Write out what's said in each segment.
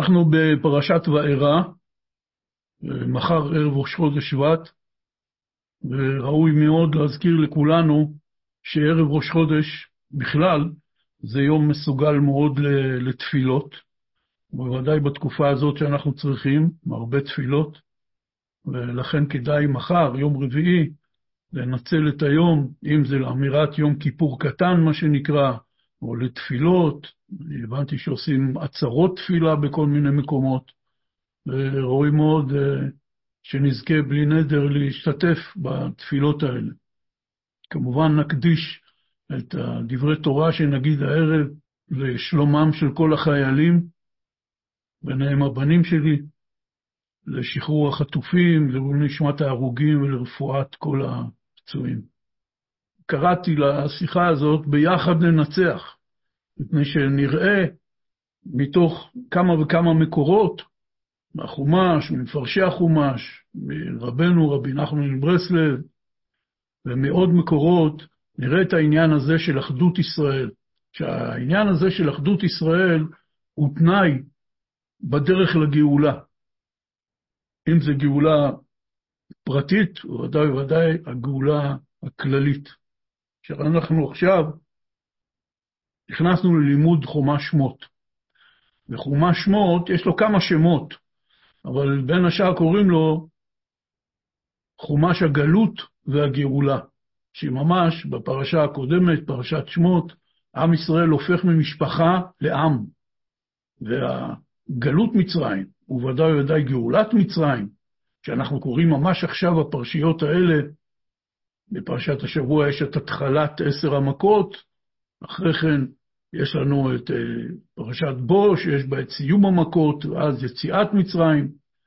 אנחנו בפרשת וארא, מחר ערב ראש חודש שבט, וראוי מאוד להזכיר לכולנו שערב ראש חודש בכלל זה יום מסוגל מאוד לתפילות, בוודאי בתקופה הזאת שאנחנו צריכים הרבה תפילות, ולכן כדאי מחר, יום רביעי, לנצל את היום, אם זה לאמירת יום כיפור קטן מה שנקרא, או לתפילות. הבנתי שעושים עצרות תפילה בכל מיני מקומות, וראוי מאוד שנזכה בלי נדר להשתתף בתפילות האלה. כמובן נקדיש את דברי תורה שנגיד הערב לשלומם של כל החיילים, ביניהם הבנים שלי, לשחרור החטופים, לנשמת ההרוגים ולרפואת כל הפצועים. קראתי לשיחה הזאת ביחד ננצח, מפני שנראה מתוך כמה וכמה מקורות, מהחומש, ממפרשי החומש, מרבנו רבי נחמן מברסלב, ומעוד מקורות, נראה את העניין הזה של אחדות ישראל. שהעניין הזה של אחדות ישראל הוא תנאי בדרך לגאולה. אם זה גאולה פרטית, ודאי ודאי הגאולה הכללית. שאנחנו עכשיו נכנסנו ללימוד חומש שמות. וחומש שמות יש לו כמה שמות, אבל בין השאר קוראים לו חומש הגלות והגאולה, שממש בפרשה הקודמת, פרשת שמות, עם ישראל הופך ממשפחה לעם. והגלות מצרים, וודאי ודאי גאולת מצרים, שאנחנו קוראים ממש עכשיו הפרשיות האלה, בפרשת השבוע יש את התחלת 10 המכות, אחרי כן יש לנו את פרשת בו, שיש בה את סיום המכות, ואז יציאת מצרים.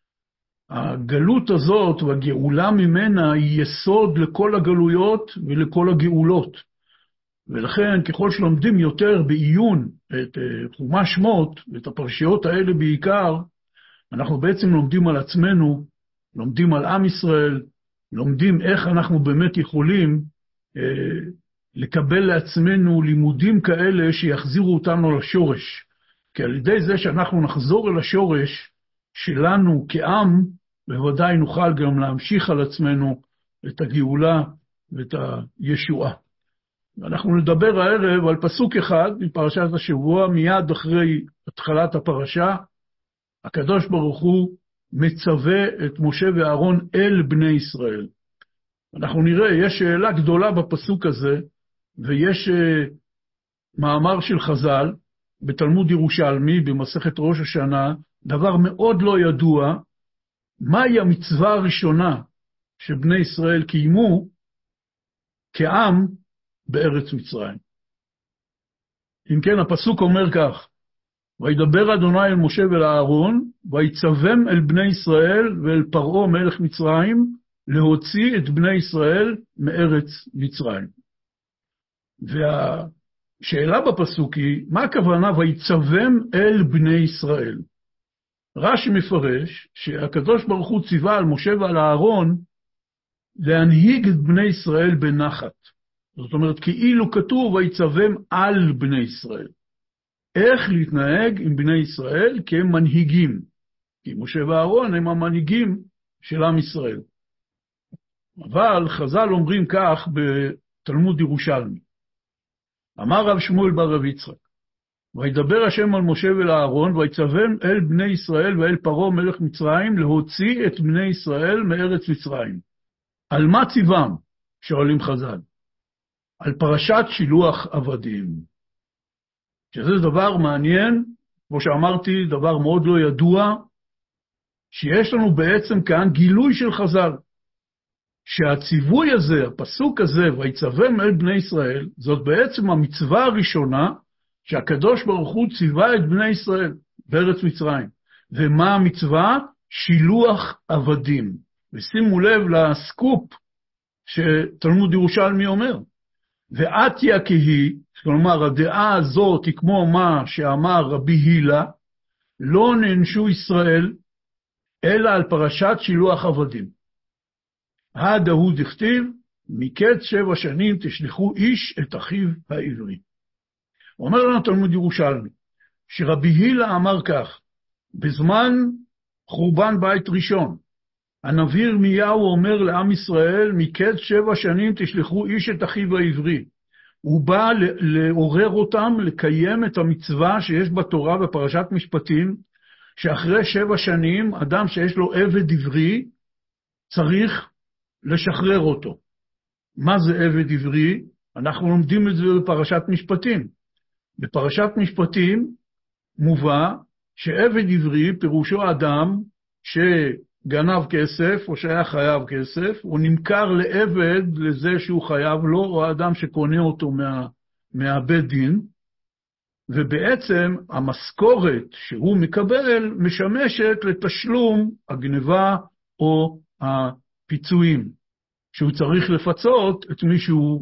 הגלות הזאת והגאולה ממנה היא יסוד לכל הגלויות ולכל הגאולות. ולכן ככל שלומדים יותר בעיון את חומש שמות, את הפרשיות האלה בעיקר, אנחנו בעצם לומדים על עצמנו, לומדים על עם ישראל, לומדים איך אנחנו באמת יכולים לקבל לעצמנו לימודים כאלה שיחזירו אותנו לשורש. כי על ידי זה שאנחנו נחזור אל השורש שלנו כעם, בוודאי נוכל גם להמשיך על עצמנו את הגאולה ואת הישועה. אנחנו נדבר הערב על פסוק אחד מפרשת השבוע, מיד אחרי התחלת הפרשה, הקדוש ברוך הוא מצווה את משה ואהרון אל בני ישראל. אנחנו נראה, יש שאלה גדולה בפסוק הזה, ויש מאמר של חז"ל, בתלמוד ירושלמי, במסכת ראש השנה, דבר מאוד לא ידוע, מהי המצווה הראשונה שבני ישראל קיימו כעם בארץ מצרים. אם כן, הפסוק אומר כך, וידבר אדוני אל משה ואל אהרון, ויצווים אל בני ישראל ואל פרעה מלך מצרים, להוציא את בני ישראל מארץ מצרים. והשאלה בפסוק היא, מה הכוונה ויצווים אל בני ישראל? רש"י מפרש שהקדוש ברוך הוא ציווה על משה ועל אהרון להנהיג את בני ישראל בנחת. זאת אומרת, כאילו כתוב ויצווים על בני ישראל. איך להתנהג עם בני ישראל? כי הם מנהיגים. כי משה ואהרון הם המנהיגים של עם ישראל. אבל חז"ל אומרים כך בתלמוד ירושלמי. אמר רב שמואל בר רב יצחק, וידבר השם על משה ואל אהרון, ויצווים אל בני ישראל ואל פרעה מלך מצרים, להוציא את בני ישראל מארץ מצרים. על מה ציוום? שואלים חז"ל. על פרשת שילוח עבדים. שזה דבר מעניין, כמו שאמרתי, דבר מאוד לא ידוע, שיש לנו בעצם כאן גילוי של חז"ל. שהציווי הזה, הפסוק הזה, ויצווים אל בני ישראל, זאת בעצם המצווה הראשונה שהקדוש ברוך הוא ציווה את בני ישראל בארץ מצרים. ומה המצווה? שילוח עבדים. ושימו לב לסקופ שתלמוד ירושלמי אומר. ועתיה כהי, כלומר הדעה הזאת היא כמו מה שאמר רבי הילה, לא נענשו ישראל אלא על פרשת שילוח עבדים. הדהו דכתיב, מקץ 7 שנים תשלחו איש את אחיו העברי. אומר לנו תלמוד ירושלמי, שרבי הילה אמר כך, בזמן חורבן בית ראשון, הנביא ירמיהו אומר לעם ישראל, מקץ 7 שנים תשלחו איש את אחיו העברי. הוא בא לעורר אותם לקיים את המצווה שיש בתורה בפרשת משפטים, שאחרי 7 שנים, אדם שיש לו עבד עברי, צריך לשחרר אותו. מה זה עבד עברי? אנחנו לומדים את זה בפרשת משפטים. בפרשת משפטים מובא שעבד עברי פירושו אדם שגנב כסף או שהיה חייב כסף, הוא נמכר לעבד לזה שהוא חייב לו, או האדם שקונה אותו מהבית דין, ובעצם המשכורת שהוא מקבל משמשת לתשלום הגנבה או הפיצויים, שהוא צריך לפצות את מי שהוא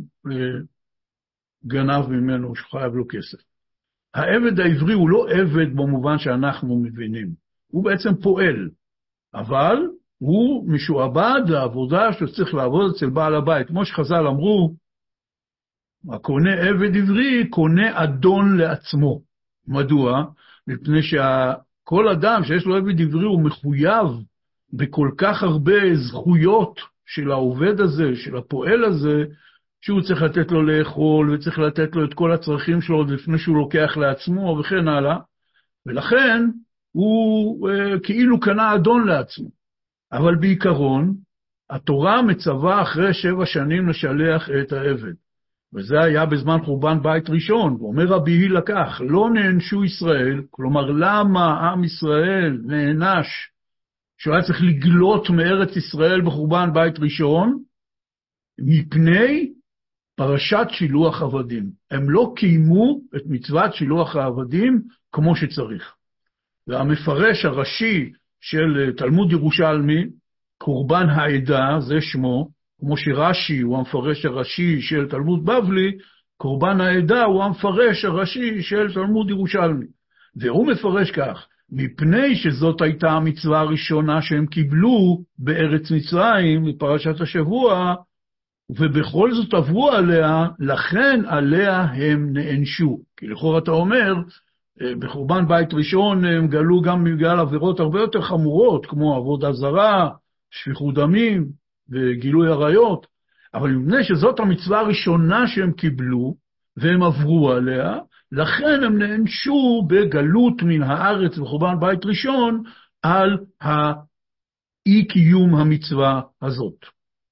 גנב ממנו, שחייב לו כסף. העבד העברי הוא לא עבד במובן שאנחנו מבינים, הוא בעצם פועל, אבל הוא משועבד לעבודה שצריך לעבוד אצל בעל הבית. כמו שחז"ל אמרו, הקונה עבד עברי קונה אדון לעצמו. מדוע? מפני שכל אדם שיש לו עבד עברי הוא מחויב בכל כך הרבה זכויות של העובד הזה, של הפועל הזה, שהוא צריך לתת לו לאכול, וצריך לתת לו את כל הצרכים שלו לפני שהוא לוקח לעצמו, וכן הלאה. ולכן הוא כאילו קנה אדון לעצמו. אבל בעיקרון, התורה מצווה אחרי 7 שנים לשלח את העבד. וזה היה בזמן חורבן בית ראשון. ואומר רבי הילה כך, לא נענשו ישראל, כלומר למה עם ישראל נענש, שהוא היה צריך לגלות מארץ ישראל בחורבן בית ראשון, מפני פרשת שילוח עבדים. הם לא קיימו את מצוות שילוח העבדים כמו שצריך. והמפרש הראשי של תלמוד ירושלמי, קורבן העדה, זה שמו, כמו שרש"י הוא המפרש הראשי של תלמוד בבלי, קורבן העדה הוא המפרש הראשי של תלמוד ירושלמי. והוא מפרש כך, מפני שזאת הייתה המצווה הראשונה שהם קיבלו בארץ מצרים, בפרשת השבוע, ובכל זאת עברו עליה, לכן עליה הם נענשו. כי לכאורה אתה אומר, בחורבן בית ראשון הם גלו גם בגלל עבירות הרבה יותר חמורות, כמו עבודה זרה, שפיכות דמים וגילוי עריות, אבל מפני שזאת המצווה הראשונה שהם קיבלו, והם עברו עליה, לכן הם נענשו בגלות מן הארץ בחורבן בית ראשון, על האי קיום המצווה הזאת.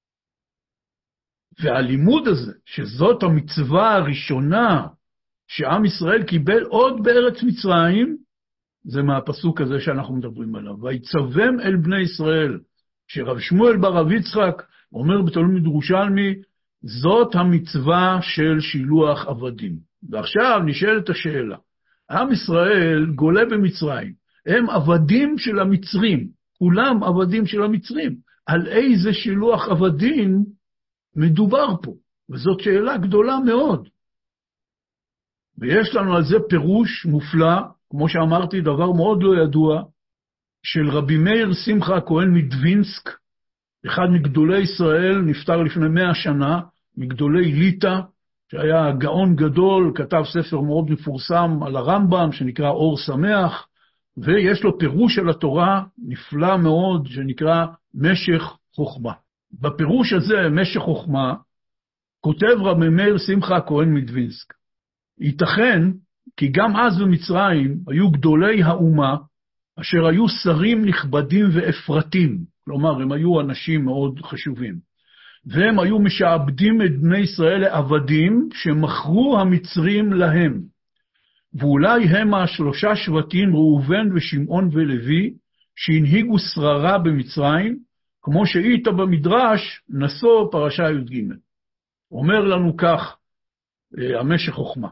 והלימוד הזה, שזאת המצווה הראשונה שעם ישראל קיבל עוד בארץ מצרים, זה מהפסוק הזה שאנחנו מדברים עליו. ויצווים אל בני ישראל, שרב שמואל בר רב יצחק אומר בתלמוד ירושלמי, זאת המצווה של שילוח עבדים. ועכשיו נשאלת השאלה, עם ישראל גולה במצרים, הם עבדים של המצרים, כולם עבדים של המצרים, על איזה שילוח עבדים מדובר פה? וזאת שאלה גדולה מאוד. ויש לנו על זה פירוש מופלא, כמו שאמרתי, דבר מאוד לא ידוע, של רבי מאיר שמחה הכהן מדווינסק, אחד מגדולי ישראל, נפטר לפני 100 שנה, מגדולי ליטא, שהיה גאון גדול, כתב ספר מאוד מפורסם על הרמב"ם, שנקרא אור שמח, ויש לו פירוש של התורה נפלא מאוד, שנקרא משך חוכמה. בפירוש הזה, משך חוכמה, כותב רבי מאיר שמחה הכהן מדווינסק, ייתכן כי גם אז במצרים היו גדולי האומה, אשר היו שרים נכבדים ואפרתים, כלומר הם היו אנשים מאוד חשובים, והם היו משעבדים את בני ישראל לעבדים שמכרו המצרים להם, ואולי הם 3 שבטים ראובן ושמעון ולוי, שהנהיגו שררה במצרים, כמו שאיתה במדרש נשוא פרשה י"ג. אומר לנו כך המשך חוכמה.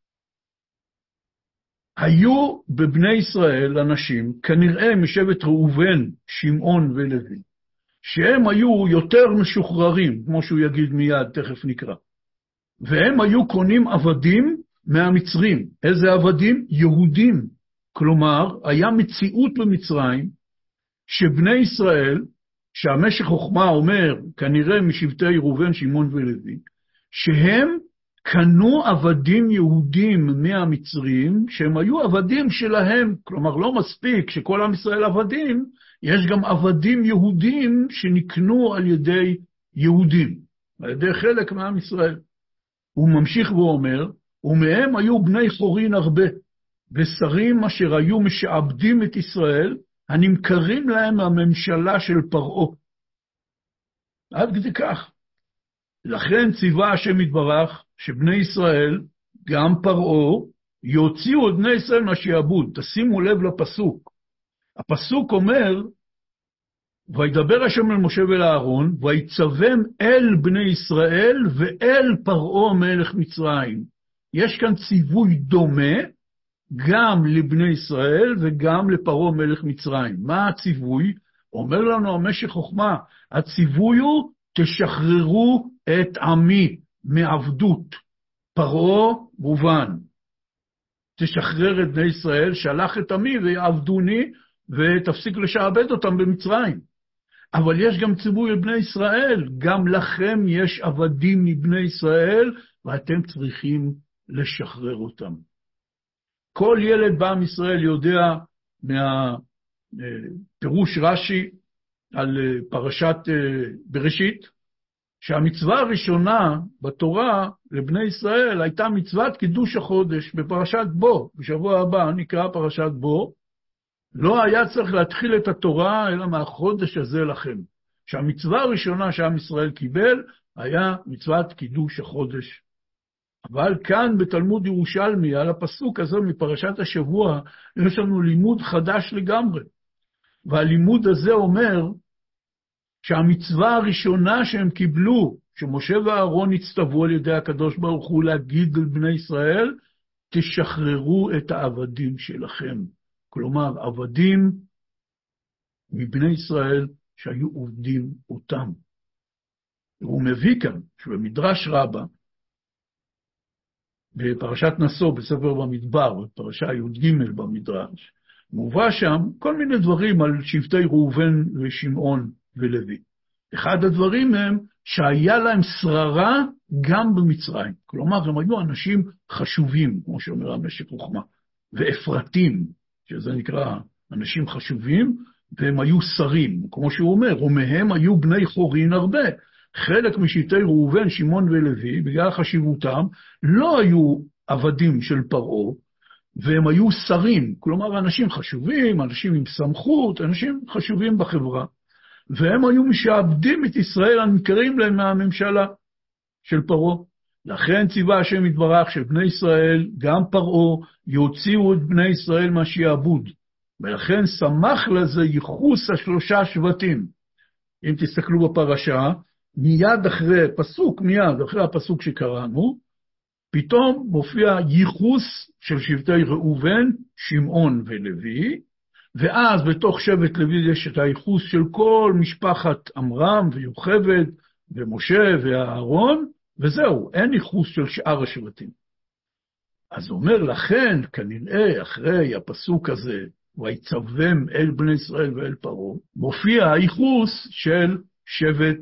היו בבני ישראל אנשים, כנראה משבט ראובן, שמעון ולוי, שהם היו יותר משוחררים, כמו שהוא יגיד מיד, תכף נקרא. והם היו קונים עבדים מהמצרים. איזה עבדים? יהודים. כלומר, היה מציאות במצרים, שבני ישראל, שהמשך חוכמה אומר, כנראה משבטי ראובן, שמעון ולוי, שהם קנו עבדים יהודים מהמצרים, שהם היו עבדים שלהם, כלומר לא מספיק שכל עם ישראל עבדים, יש גם עבדים יהודים שנקנו על ידי יהודים, על ידי חלק מעם ישראל. הוא ממשיך ואומר, ומהם היו בני חורין הרבה, ושרים אשר היו משעבדים את ישראל, הנמכרים להם מהממשלה של פרעה. עד כדי כך. לכן ציווה השם יתברך, שבני ישראל, גם פרעה, יוציאו את בני ישראל מהשעבוד. תשימו לב לפסוק. הפסוק אומר, וידבר השם אל משה ואל אהרון, ויצווהם אל בני ישראל ואל פרעה מלך מצרים. יש כאן ציווי דומה, גם לבני ישראל וגם לפרעה מלך מצרים. מה הציווי? אומר לנו המשך חוכמה, הציווי הוא, תשחררו את עמי מעבדות. פרעה מובן. תשחרר את בני ישראל, שלח את עמי ויעבדוני, ותפסיק לשעבד אותם במצרים. אבל יש גם ציווי לבני ישראל, גם לכם יש עבדים מבני ישראל, ואתם צריכים לשחרר אותם. כל ילד בעם ישראל יודע מהפירוש רש"י על פרשת בראשית, שהמצווה הראשונה בתורה לבני ישראל הייתה מצוות קידוש החודש בפרשת בו. בשבוע הבא נקרא פרשת בו. לא היה צריך להתחיל את התורה אלא מהחודש הזה לכם. שהמצווה הראשונה שעם ישראל קיבל היה מצוות קידוש החודש. אבל כאן בתלמוד ירושלמי, על הפסוק הזה מפרשת השבוע, יש לנו לימוד חדש לגמרי. והלימוד הזה אומר שהמצווה הראשונה שהם קיבלו, שמשה ואהרון הצטוו על ידי הקדוש ברוך הוא להגיד לבני ישראל, תשחררו את העבדים שלכם. כלומר, עבדים מבני ישראל שהיו עובדים אותם. הוא מביא כאן, שבמדרש רבה, בפרשת נשוא, בספר במדבר, בפרשה י"ג במדרש, מובא שם כל מיני דברים על שבטי ראובן ושמעון ולוי. אחד הדברים הם שהיה להם שררה גם במצרים. כלומר, הם היו אנשים חשובים, כמו שאומר המשך חוכמה, ואפרתים, שזה נקרא אנשים חשובים, והם היו שרים, כמו שהוא אומר, ומהם היו בני חורין הרבה. חלק משבטי ראובן, שמעון ולוי, בגלל חשיבותם, לא היו עבדים של פרעה, והם היו שרים, כלומר אנשים חשובים, אנשים עם סמכות, אנשים חשובים בחברה, והם היו משעבדים את ישראל, הנמכרים להם מהממשלה של פרעה. לכן ציווה השם יתברך שבני ישראל, גם פרעה, יוציאו את בני ישראל מהשעבוד, ולכן שמח לזה ייחוס השלושה שבטים. אם תסתכלו בפרשה, מיד אחרי הפסוק שקראנו, פתאום מופיע ייחוס של שבטי ראובן, שמעון ולוי, ואז בתוך שבט לוי יש את הייחוס של כל משפחת עמרם ויוכבד ומשה ואהרון, וזהו, אין ייחוס של שאר השבטים. אז אומר לכן, כנראה אחרי הפסוק הזה, ויצווהם אל בני ישראל ואל פרעה, מופיע הייחוס של שבט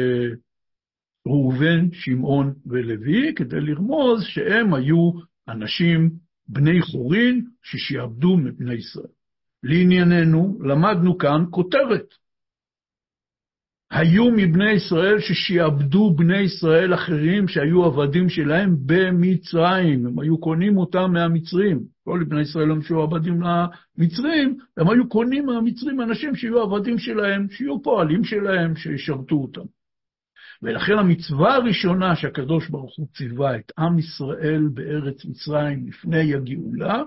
ראובן, שמעון ולוי, כדי לרמוז שהם היו אנשים בני חורין ששיעבדו מבני ישראל. לענייננו, למדנו כאן כותרת. היו מבני ישראל ששיעבדו בני ישראל אחרים שהיו עבדים שלהם במצרים. הם היו קונים אותם מהמצרים. כל בני ישראל הם שהיו עבדים למצרים, הם היו קונים מהמצרים אנשים שיהיו עבדים שלהם, שיהיו פועלים שלהם, שישרתו אותם. ולכן המצווה הראשונה שהקדוש ברוך הוא ציווה את עם ישראל בארץ מצרים לפני הגאולה,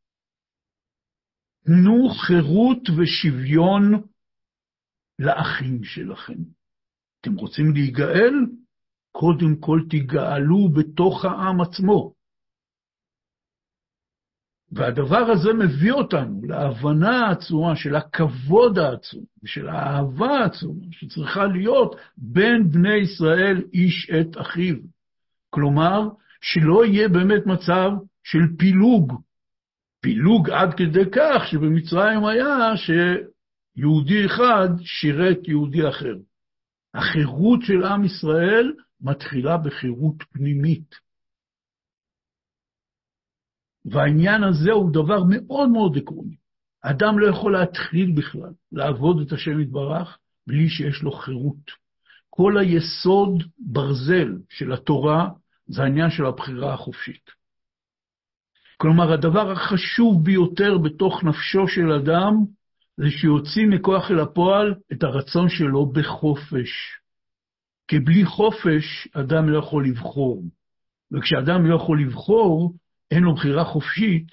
תנו חירות ושוויון לאחים שלכם. אתם רוצים להיגאל? קודם כל תיגאלו בתוך העם עצמו. והדבר הזה מביא אותנו להבנה העצומה של הכבוד העצום, ושל האהבה העצומה, שצריכה להיות בין בני ישראל איש את אחיו. כלומר, שלא יהיה באמת מצב של פילוג עד כדי כך שבמצרים היה שיהודי אחד שירת יהודי אחר. החירות של עם ישראל מתחילה בחירות פנימית. והעניין הזה הוא דבר מאוד מאוד עקרוני. אדם לא יכול להתחיל בכלל לעבוד את השם יתברך בלי שיש לו חירות. כל היסוד ברזל של התורה זה העניין של הבחירה החופשית. כלומר, הדבר החשוב ביותר בתוך נפשו של אדם זה שיוציא מכוח אל הפועל את הרצון שלו בחופש. כי בלי חופש אדם לא יכול לבחור. וכשאדם לא יכול לבחור, אין לו בחירה חופשית,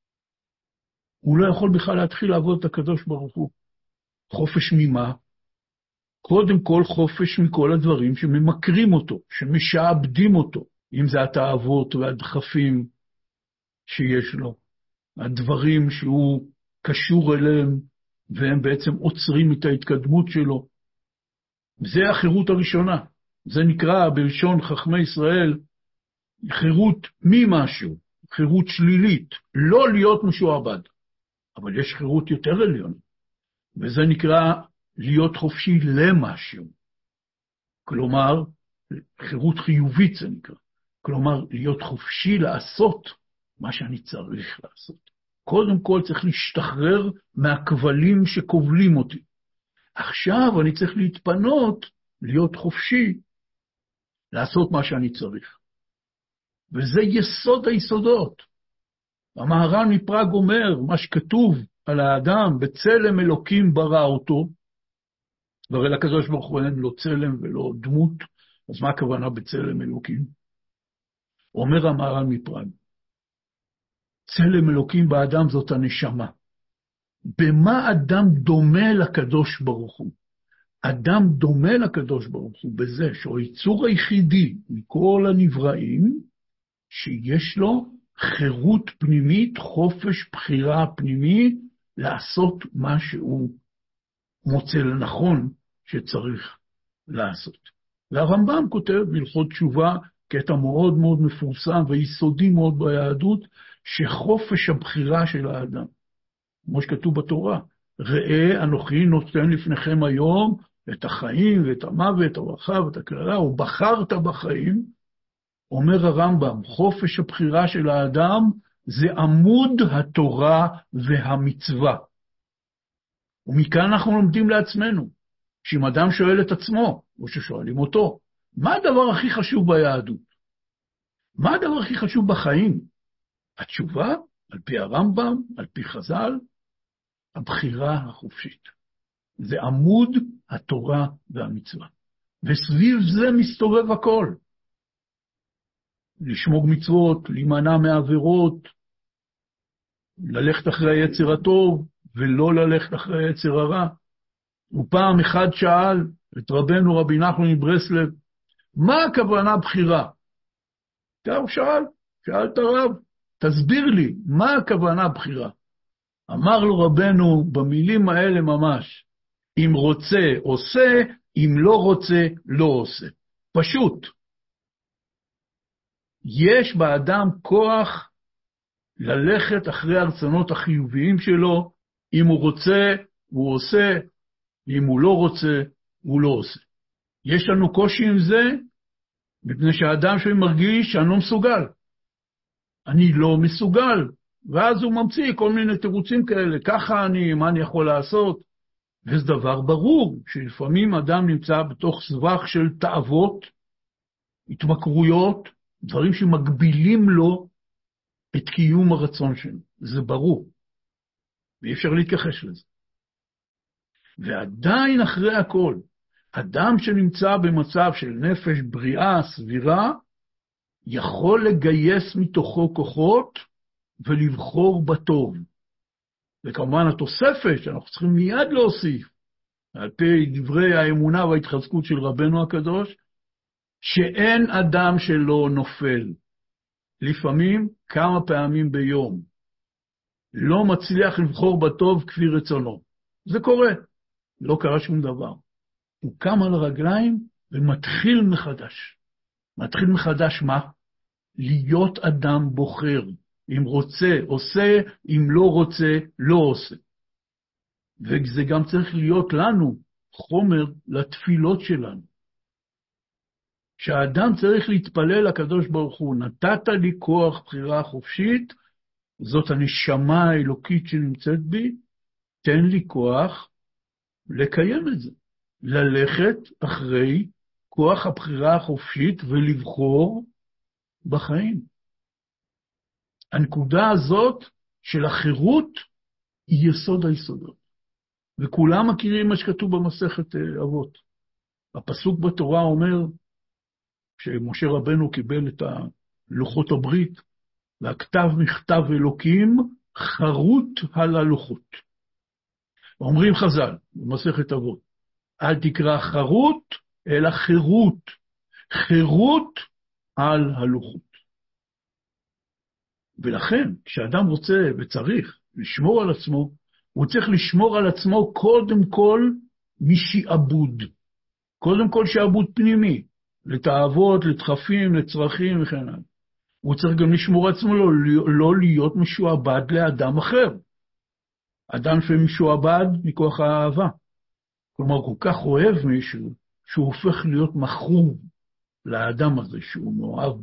הוא לא יכול בכלל להתחיל לעבוד את הקדוש ברוך הוא. חופש ממה? קודם כל חופש מכל הדברים שממכרים אותו, שמשעבדים אותו, אם זה התאוות והדחפים שיש לו, הדברים שהוא קשור אליהם, והם בעצם עוצרים את ההתקדמות שלו. זה החירות הראשונה. זה נקרא בלשון חכמי ישראל, חירות ממשהו, חירות שלילית, לא להיות משועבד. אבל יש חירות יותר עליונה, וזה נקרא להיות חופשי למשהו. כלומר, חירות חיובית זה נקרא. כלומר, להיות חופשי לעשות מה שאני צריך לעשות. קודם כל צריך להשתחרר מהכבלים שכובלים אותי. עכשיו אני צריך להתפנות, להיות חופשי, לעשות מה שאני צריך. וזה יסוד היסודות. המהר"ל מפראג אומר, מה שכתוב על האדם, בצלם אלוקים ברא אותו, והרי לקדוש ברוך הוא אין לו צלם ולא דמות, אז מה הכוונה בצלם אלוקים? אומר המהר"ל מפראג, צלם אלוקים באדם זאת הנשמה. במה אדם דומה לקדוש ברוך הוא? אדם דומה לקדוש ברוך הוא בזה שהוא היצור היחידי מכל הנבראים, שיש לו חירות פנימית, חופש בחירה פנימי, לעשות מה שהוא מוצא לנכון שצריך לעשות. והרמב"ם כותב בהלכות תשובה, קטע מאוד מאוד מפורסם ויסודי מאוד ביהדות, שחופש הבחירה של האדם, כמו שכתוב בתורה, ראה אנוכי נותן לפניכם היום את החיים ואת המוות, את הברכה ואת הקללה, ובחרת בחיים, אומר הרמב"ם, חופש הבחירה של האדם זה עמוד התורה והמצווה. ומכאן אנחנו לומדים לעצמנו, שאם אדם שואל את עצמו, או ששואלים אותו, מה הדבר הכי חשוב ביהדות? מה הדבר הכי חשוב בחיים? התשובה, על פי הרמב"ם, על פי חז"ל, הבחירה החופשית. זה עמוד התורה והמצווה. וסביב זה מסתובב הכל. לשמור מצוות, להימנע מעבירות, ללכת אחרי היצר הטוב, ולא ללכת אחרי היצר הרע. ופעם אחד שאל את רבנו רבי נחמן מברסלב, מה הכוונה בחירה? הוא שאל את הרב, תסביר לי, מה הכוונה בחירה? אמר לו רבנו במילים האלה ממש, אם רוצה עושה, אם לא רוצה לא עושה. פשוט. יש באדם כוח ללכת אחרי הרצונות החיוביים שלו, אם הוא רוצה, הוא עושה, אם הוא לא רוצה, הוא לא עושה. יש לנו קושי עם זה, מפני שהאדם שמרגיש שאני לא מסוגל. אני לא מסוגל, ואז הוא ממציא כל מיני תירוצים כאלה, ככה אני, מה אני יכול לעשות? וזה דבר ברור, שלפעמים אדם נמצא בתוך סבך של תאוות, התמכרויות, דברים שמגבילים לו את קיום הרצון שלו. זה ברור. ואי אפשר להתכחש לזה. ועדיין אחרי הכל, אדם שנמצא במצב של נפש בריאה, סבירה, יכול לגייס מתוכו כוחות ולבחור בטוב. וכמובן התוספת שאנחנו צריכים מיד להוסיף, על פי דברי האמונה וההתחזקות של רבנו הקדוש, שאין אדם שלא נופל. לפעמים כמה פעמים ביום. לא מצליח לבחור בטוב כפי רצונו. זה קורה. לא קרה שום דבר. הוא קם על הרגליים ומתחיל מחדש. מתחיל מחדש מה? להיות אדם בוחר. אם רוצה, עושה, אם לא רוצה, לא עושה. וזה גם צריך להיות לנו חומר לתפילות שלנו. שהאדם צריך להתפלל לקדוש ברוך הוא, נתת לי כוח בחירה חופשית, זאת הנשמה האלוקית שנמצאת בי, תן לי כוח לקיים את זה. ללכת אחרי כוח הבחירה החופשית ולבחור בחיים. הנקודה הזאת של החירות היא יסוד היסודות. וכולם מכירים מה שכתוב במסכת אבות. הפסוק בתורה אומר שמשה רבנו קיבל את לוחות הברית, והכתב מכתב אלוקים חרוט על הלוחות. אומרים חז"ל במסכת אבות, אל תקרא חרוט, אלא חירות. חירות על הלוחות. ולכן, כשאדם רוצה וצריך לשמור על עצמו, הוא צריך לשמור על עצמו קודם כל משעבוד. קודם כל שעבוד פנימי, לתאוות, לדחפים, לצרכים וכן הלאה. הוא צריך גם לשמור עצמו לא להיות משועבד לאדם אחר. אדם שמשועבד מכוח האהבה. כלומר, הוא כל כך אוהב מישהו, שהוא הופך להיות מכור לאדם הזה שהוא מאוהב.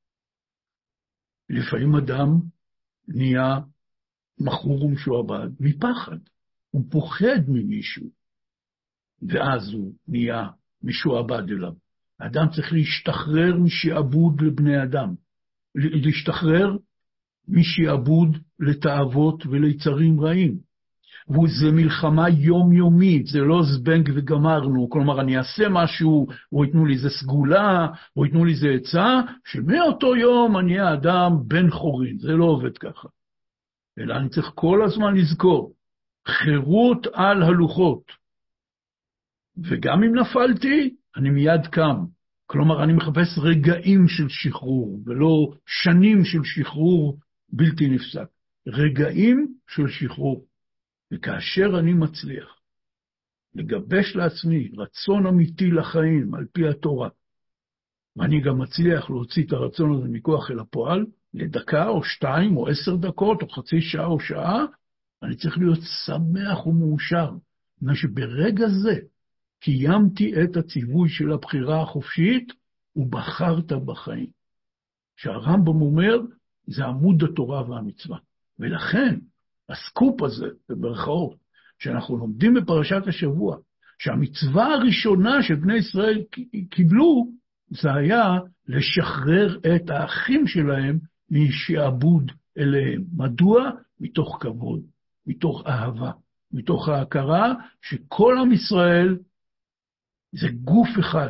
לפעמים אדם נהיה מכור ומשועבד מפחד. הוא פוחד ממישהו, ואז הוא נהיה משועבד אליו. האדם צריך להשתחרר משעבוד לבני אדם. להשתחרר משעבוד לתאוות וליצרים רעים. וזה מלחמה יומיומית, זה לא זבנג וגמרנו. כלומר, אני אעשה משהו, או ייתנו לי איזה סגולה, או ייתנו לי איזה עצה, שמאותו יום אני אהיה אדם בן חורין. זה לא עובד ככה. אלא אני צריך כל הזמן לזכור, חירות על הלוחות. וגם אם נפלתי, אני מיד קם. כלומר, אני מחפש רגעים של שחרור, ולא שנים של שחרור בלתי נפסק. רגעים של שחרור. וכאשר אני מצליח לגבש לעצמי רצון אמיתי לחיים על פי התורה, ואני גם מצליח להוציא את הרצון הזה מכוח אל הפועל, לדקה או 2 או 10 דקות או חצי שעה או שעה, אני צריך להיות שמח ומאושר. מה שברגע זה קיימתי את הציווי של הבחירה החופשית, ובחרת בחיים. שהרמב"ם אומר, זה עמוד התורה והמצווה. ולכן, הסקופ הזה, בברכאות, שאנחנו לומדים בפרשת השבוע, שהמצווה הראשונה שבני ישראל קיבלו, זה היה לשחרר את האחים שלהם משעבוד אליהם. מדוע? מתוך כבוד, מתוך אהבה, מתוך ההכרה שכל עם ישראל זה גוף אחד,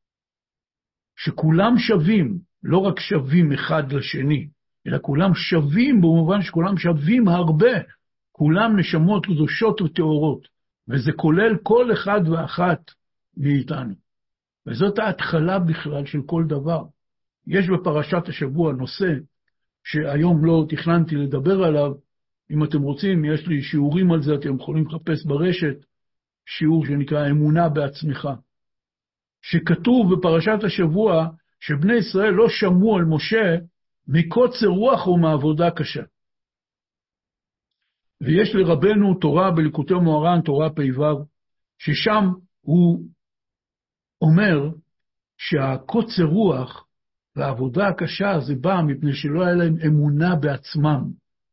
שכולם שווים, לא רק שווים אחד לשני, אלא כולם שווים במובן שכולם שווים הרבה, כולם נשמות קדושות וטהורות, וזה כולל כל אחד ואחת מאיתנו. וזאת ההתחלה בכלל של כל דבר. יש בפרשת השבוע נושא שהיום לא תכננתי לדבר עליו, אם אתם רוצים, יש לי שיעורים על זה, אתם יכולים לחפש ברשת, שיעור שנקרא אמונה בעצמך, שכתוב בפרשת השבוע שבני ישראל לא שמעו על משה מקוצר רוח ומעבודה קשה. ויש לרבנו תורה בליקוטי מוהר"ן, תורה פ"ו, ששם הוא אומר שהקוצר רוח והעבודה הקשה זה בא מפני שלא היה להם אמונה בעצמם.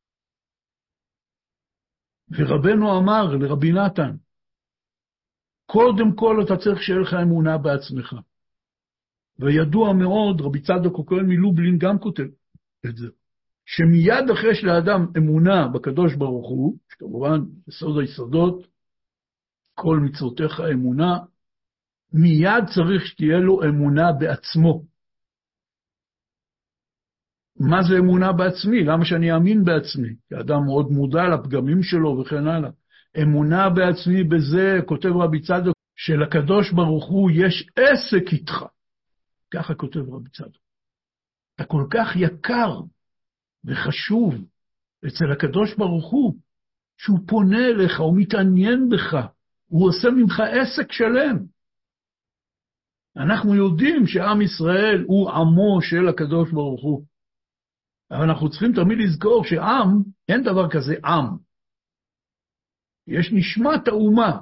ורבנו אמר לרבי נתן, קודם כל אתה צריך שיהיה לך אמונה בעצמך. וידוע מאוד, רבי צדוק הכהן מלובלין גם כותב את זה, שמיד אחרי שלאדם אמונה בקדוש ברוך הוא, שכמובן יסוד היסודות, כל מצוותיך אמונה, מיד צריך שתהיה לו אמונה בעצמו. מה זה אמונה בעצמי? למה שאני אאמין בעצמי? כי האדם מאוד מודע לפגמים שלו וכן הלאה. אמונה בעצמי בזה, כותב רבי צדוק, שלקדוש ברוך הוא יש עסק איתך. ככה כותב רבי צדוק. אתה כל כך יקר וחשוב אצל הקדוש ברוך הוא, שהוא פונה אליך, הוא מתעניין בך, הוא עושה ממך עסק שלם. אנחנו יודעים שעם ישראל הוא עמו של הקדוש ברוך הוא. אבל אנחנו צריכים תמיד לזכור שעם, אין דבר כזה עם. יש נשמת האומה.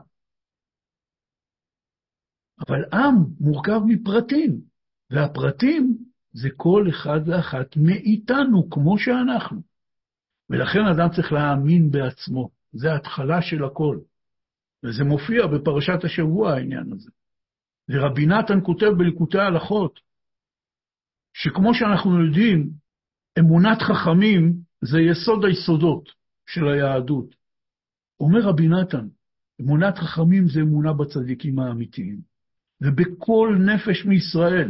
אבל עם מורכב מפרטים, והפרטים זה כל אחד ואחת מאיתנו, כמו שאנחנו. ולכן אדם צריך להאמין בעצמו. זה ההתחלה של הכל. וזה מופיע בפרשת השבוע העניין הזה. ורבי נתן כותב בליקוטי ההלכות, שכמו שאנחנו יודעים, אמונת חכמים זה יסוד היסודות של היהדות. אומר רבי נתן, אמונת חכמים זה אמונה בצדיקים האמיתיים. ובכל נפש מישראל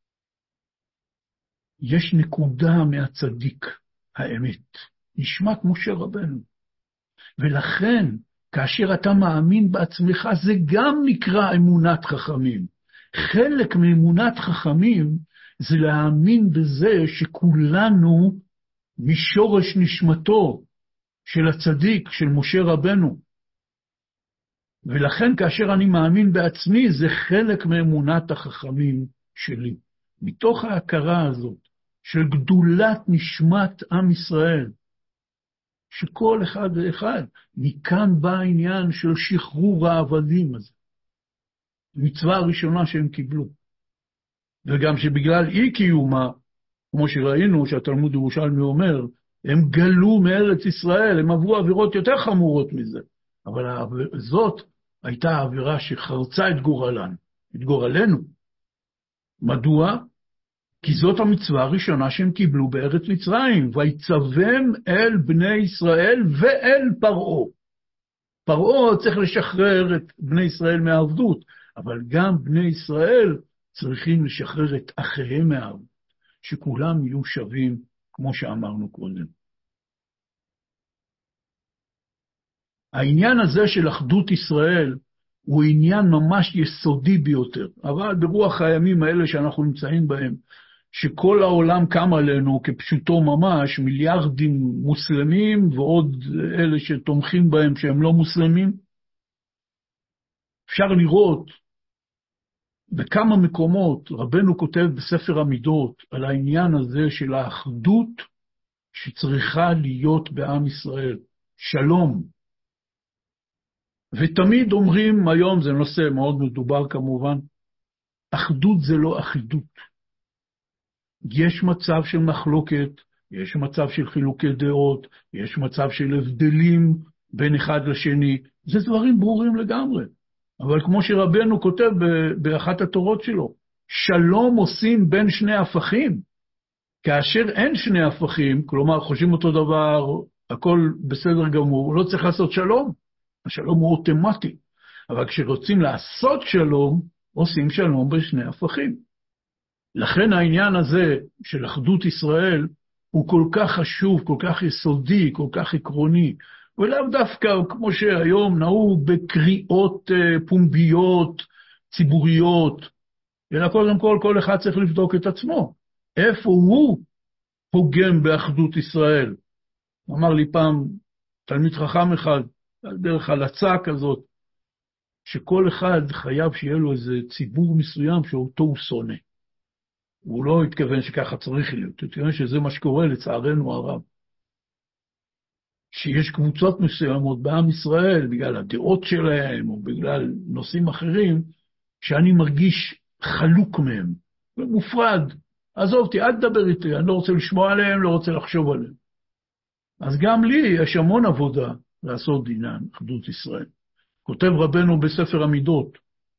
יש נקודה מהצדיק האמת. נשמת משה רבנו. ולכן, כאשר אתה מאמין בעצמך, זה גם נקרא אמונת חכמים. חלק מאמונת חכמים זה להאמין בזה שכולנו משורש נשמתו של הצדיק, של משה רבנו. ולכן כאשר אני מאמין בעצמי, זה חלק מאמונת החכמים שלי. מתוך ההכרה הזאת של גדולת נשמת עם ישראל, שכל אחד ואחד, מכאן בא העניין של שחרור העבדים הזה. מצווה הראשונה שהם קיבלו. וגם שבגלל אי קיומה, כמו שראינו שהתלמוד ירושלמי אומר, הם גלו מארץ ישראל, הם עברו עבירות יותר חמורות מזה. אבל זאת הייתה העבירה שחרצה את גורלן, את גורלנו. מדוע? כי זאת המצווה הראשונה שהם קיבלו בארץ מצרים, ויצווהם אל בני ישראל ואל פרעה. פרעה צריך לשחרר את בני ישראל מהעבדות, אבל גם בני ישראל צריכים לשחרר את אחיהם מהעבדות, שכולם יהיו שווים, כמו שאמרנו קודם. העניין הזה של אחדות ישראל הוא עניין ממש יסודי ביותר, אבל ברוח הימים האלה שאנחנו נמצאים בהם, שכל העולם קם עלינו כפשוטו ממש, מיליארדים מוסלמים ועוד אלה שתומכים בהם שהם לא מוסלמים, אפשר לראות בכמה מקומות רבנו כותב בספר המידות על העניין הזה של האחדות שצריכה להיות בעם ישראל, שלום. ותמיד אומרים, היום זה נושא מאוד מדובר כמובן, אחדות זה לא אחידות. יש מצב של מחלוקת, יש מצב של חילוקי דעות, יש מצב של הבדלים בין אחד לשני, זה דברים ברורים לגמרי. אבל כמו שרבנו כותב באחת התורות שלו, שלום עושים בין שני הפכים. כאשר אין שני הפכים, כלומר חושבים אותו דבר, הכל בסדר גמור, לא צריך לעשות שלום. השלום הוא אוטומטי. אבל כשרוצים לעשות שלום, עושים שלום בין שני הפכים. לכן העניין הזה של אחדות ישראל הוא כל כך חשוב, כל כך יסודי, כל כך עקרוני. ולאו דווקא כמו שהיום נהוג בקריאות פומביות, ציבוריות, אלא קודם כל אחד צריך לבדוק את עצמו. איפה הוא פוגם באחדות ישראל? אמר לי פעם תלמיד חכם אחד, דרך הלצה כזאת, שכל אחד חייב שיהיה לו איזה ציבור מסוים שאותו הוא שונא. הוא לא התכוון שככה צריך להיות, הוא התכוון שזה מה שקורה לצערנו הרב. שיש קבוצות מסוימות בעם ישראל, בגלל הדעות שלהם או בגלל נושאים אחרים, שאני מרגיש חלוק מהם, מופרד. עזוב אותי, אל תדבר איתי, אני לא רוצה לשמוע עליהם, לא רוצה לחשוב עליהם. אז גם לי יש המון עבודה לעשות דינן, אחדות ישראל. כותב רבנו בספר המידות,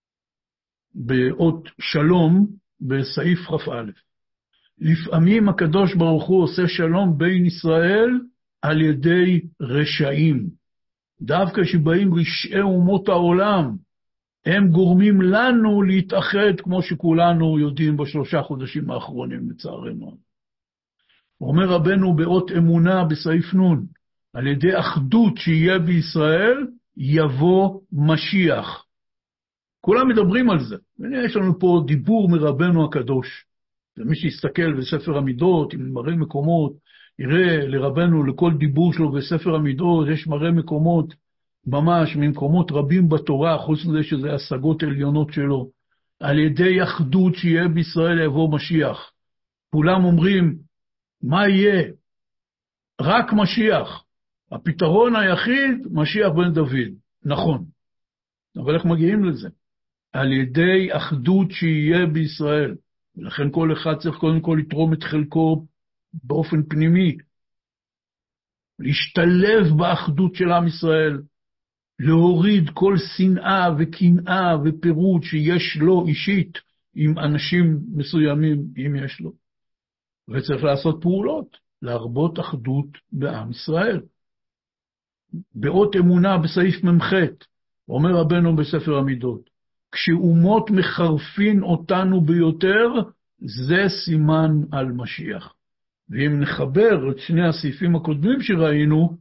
באות שלום, בסעיף כ"א. לפעמים הקדוש ברוך הוא עושה שלום בין ישראל על ידי רשעים. דווקא שבאים רשעי אומות העולם, הם גורמים לנו להתאחד כמו שכולנו יודעים בשלושה חודשים האחרונים לצערנו. אומר רבנו באות אמונה בסעיף נון, על ידי אחדות שיהיה בישראל יבוא משיח. כולם מדברים על זה. יש לנו פה דיבור מרבנו הקדוש. ומי שיסתכל בספר המידות, עם מראה מקומות, יראה לרבנו, לכל דיבור שלו בספר המידות, יש מראה מקומות, ממש ממקומות רבים בתורה, חוץ מזה שזה השגות עליונות שלו. על ידי אחדות שיהיה בישראל יבוא משיח. כולם אומרים, מה יהיה? רק משיח. הפתרון היחיד, משיח בן דוד. נכון. אבל איך מגיעים לזה? על ידי אחדות שיהיה בישראל. ולכן כל אחד צריך קודם כל לתרום את חלקו באופן פנימי. להשתלב באחדות של עם ישראל, להוריד כל שנאה וקנאה ופירוד שיש לו אישית עם אנשים מסוימים, אם יש לו. וצריך לעשות פעולות, להרבות אחדות בעם ישראל. באות אמונה בסעיף ממ"ח, אומר רבנו בספר המידות, כשאומות מחרפין אותנו ביותר, זה סימן על משיח. ואם נחבר את שני הסעיפים הקודמים שראינו,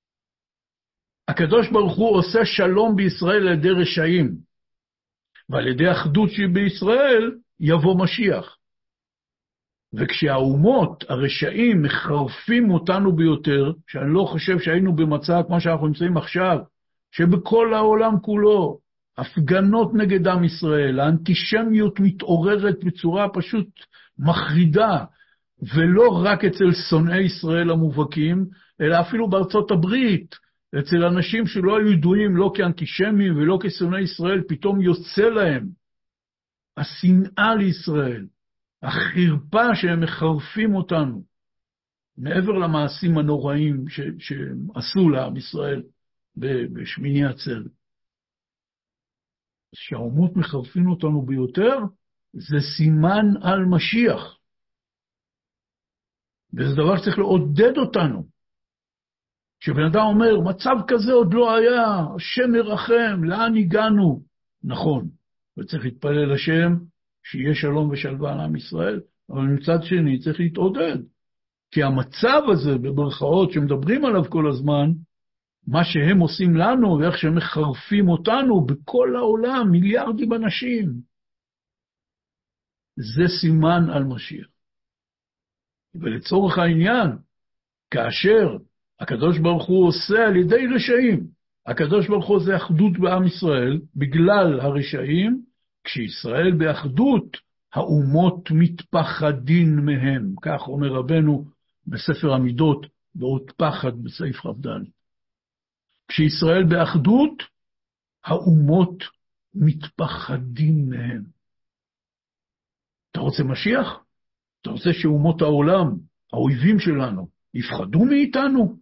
הקדוש ברוך הוא עושה שלום בישראל על ידי רשעים, ועל ידי אחדות שהיא בישראל יבוא משיח. וכשהאומות, הרשעים, מחרפים אותנו ביותר, שאני לא חושב שהיינו במצב כמו שאנחנו נמצאים עכשיו, שבכל העולם כולו, הפגנות נגד עם ישראל, האנטישמיות מתעוררת בצורה פשוט מחרידה, ולא רק אצל שונאי ישראל המובהקים, אלא אפילו בארצות הברית, אצל אנשים שלא היו ידועים לא כאנטישמים ולא כשונאי ישראל, פתאום יוצא להם השנאה לישראל, החרפה שהם מחרפים אותנו, מעבר למעשים הנוראים שעשו לעם ישראל בשמיני עצרת. שהאומות מחרפים אותנו ביותר, זה סימן על משיח. וזה דבר שצריך לעודד אותנו. כשבן אדם אומר, מצב כזה עוד לא היה, השם ירחם, לאן הגענו? נכון, וצריך להתפלל השם, שיהיה שלום ושלווה על עם ישראל, אבל מצד שני צריך להתעודד. כי המצב הזה, בברכאות שמדברים עליו כל הזמן, מה שהם עושים לנו, ואיך שהם מחרפים אותנו בכל העולם, מיליארדים אנשים, זה סימן על משיח. ולצורך העניין, כאשר הקדוש ברוך הוא עושה על ידי רשעים, הקדוש ברוך הוא עושה אחדות בעם ישראל, בגלל הרשעים, כשישראל באחדות, האומות מתפחדין מהם. כך אומר רבנו בספר המידות, באות פחד בסעיף רב ד'. כשישראל באחדות, האומות מתפחדין מהם. אתה רוצה משיח? אתה רוצה שאומות העולם, האויבים שלנו, יפחדו מאיתנו?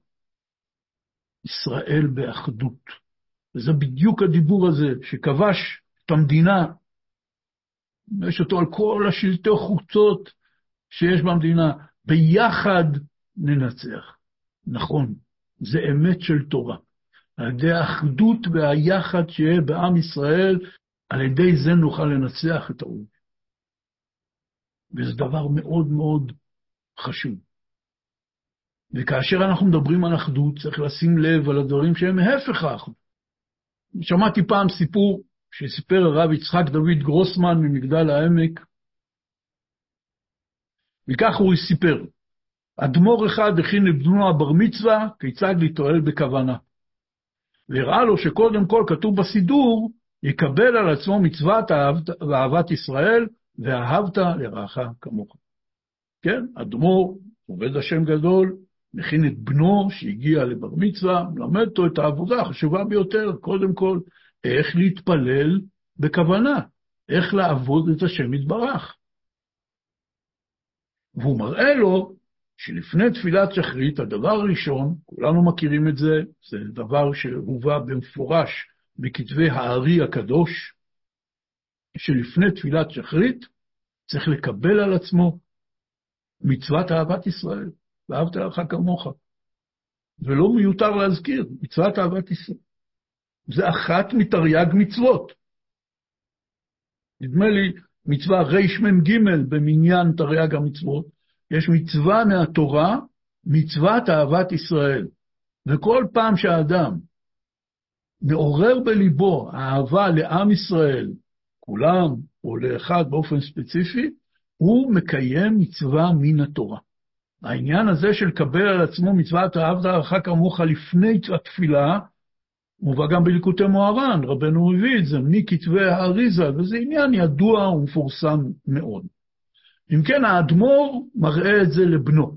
ישראל באחדות. וזה בדיוק הדיבור הזה שכבש את המדינה, יש אותו על כל השלטי חוצות שיש במדינה, ביחד ננצח. נכון, זה אמת של תורה. על ידי האחדות והיחד שיהיה בעם ישראל, על ידי זה נוכל לנצח את האויב. וזה דבר מאוד מאוד חשוב. וכאשר אנחנו מדברים על אחדות, צריך לשים לב על הדברים שהם הפך האחדות. שמעתי פעם סיפור שסיפר הרב יצחק דוד גרוסמן ממגדל העמק, וכך הוא סיפר, אדמו"ר אחד הכין לבנו הבר מצווה כיצד להתועל בכוונה. והראה לו שקודם כל כתוב בסידור, יקבל על עצמו מצוות אהבת ישראל, ואהבת לרעך כמוך. כן, אדמו"ר, עובד השם גדול, מכין את בנו שהגיע לבר מצווה, מלמד אותו את העבודה החשובה ביותר, קודם כל, איך להתפלל בכוונה, איך לעבוד את השם יתברך. והוא מראה לו שלפני תפילת שחרית, הדבר הראשון, כולנו מכירים את זה, זה דבר שהובא במפורש בכתבי הארי הקדוש, שלפני תפילת שחרית צריך לקבל על עצמו מצוות אהבת ישראל, ואהבת לרעך כמוך. ולא מיותר להזכיר, מצוות אהבת ישראל. זה אחת מתרי"ג מצוות. נדמה לי מצווה רמ"ג במניין תרי"ג המצוות, יש מצווה מהתורה, מצוות אהבת ישראל. וכל פעם שהאדם מעורר בליבו אהבה לעם ישראל, כולם או לאחד באופן ספציפי, הוא מקיים מצווה מן התורה. העניין הזה של קבל על עצמו מצוות אהבת לרעך כמוך לפני התפילה, מובא גם בליקוטי מוהר"ן, רבנו מביא את זה מכתבי האריזה, וזה עניין ידוע ומפורסם מאוד. אם כן, האדמו"ר מראה את זה לבנו.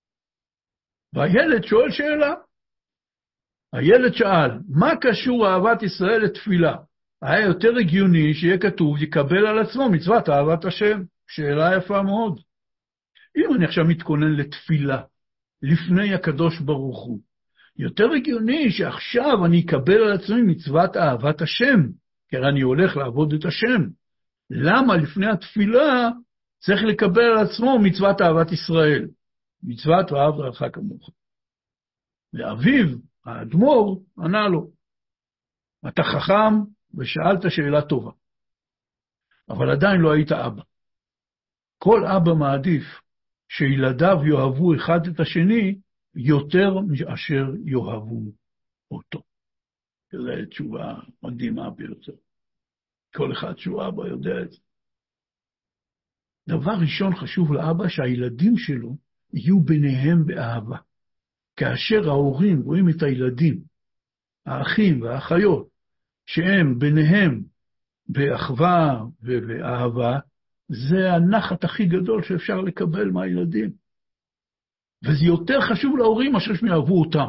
והילד שואל שאלה. הילד שאל, מה קשור אהבת ישראל לתפילה? היה יותר הגיוני שיהיה כתוב, יקבל על עצמו מצוות אהבת השם. שאלה יפה מאוד. אם אני עכשיו מתכונן לתפילה, לפני הקדוש ברוך הוא, יותר הגיוני שעכשיו אני אקבל על עצמי מצוות אהבת השם, כי אני הולך לעבוד את השם. למה לפני התפילה צריך לקבל על עצמו מצוות אהבת ישראל? מצוות ואהבת לרעך כמוך. ואביו, האדמו"ר, ענה לו, אתה חכם ושאלת שאלה טובה, אבל עדיין לא היית אבא. כל אבא מעדיף שילדיו יאהבו אחד את השני יותר מאשר יאהבו אותו. זו תשובה מדהימה ביותר. כל אחד שהוא אבא יודע את זה. דבר ראשון חשוב לאבא שהילדים שלו יהיו ביניהם באהבה. כאשר ההורים רואים את הילדים, האחים והאחיות, שהם ביניהם באחווה ובאהבה, זה הנחת הכי גדול שאפשר לקבל מהילדים. וזה יותר חשוב להורים מאשר שהם יאהבו אותם.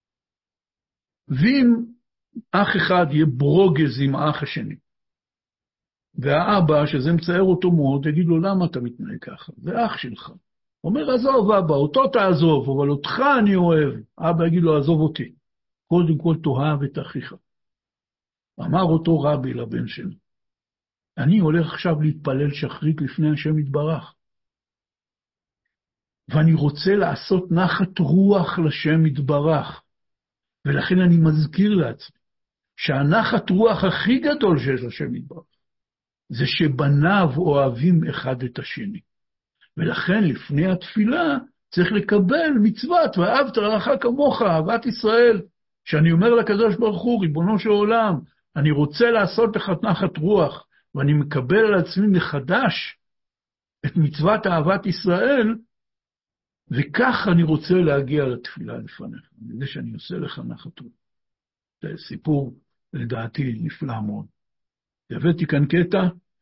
ואם אח אחד יהיה ברוגז עם האח השני, והאבא, שזה מצער אותו מאוד, יגיד לו, למה אתה מתנהג ככה? זה אח שלך. אומר, עזוב אבא, אותו תעזוב, אבל אותך אני אוהב. אבא יגיד לו, עזוב אותי. קודם כל תאהב את אחיך. אמר אותו רבי לבן שלו, אני הולך עכשיו להתפלל שחרית לפני השם יתברך, ואני רוצה לעשות נחת רוח לשם יתברך, ולכן אני מזכיר לעצמי, שהנחת רוח הכי גדול שיש לשם יתברך, זה שבניו אוהבים אחד את השני. ולכן לפני התפילה צריך לקבל מצוות, ואהבת לרעך כמוך, אהבת ישראל, שאני אומר לקדוש ברוך הוא, ריבונו של עולם, אני רוצה לעשות לך נחת רוח, ואני מקבל על עצמי מחדש את מצוות אהבת ישראל, וכך אני רוצה להגיע לתפילה לפניך. אני יודע שאני עושה לך נחת רוח. זה סיפור לדעתי נפלא מאוד. הבאתי כאן קטע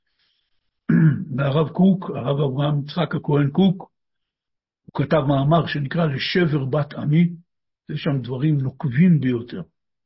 מהרב קוק, הרב אברהם יצחק הכהן קוק, הוא כתב מאמר שנקרא לשבר בת עמי, יש שם דברים נוקבים ביותר,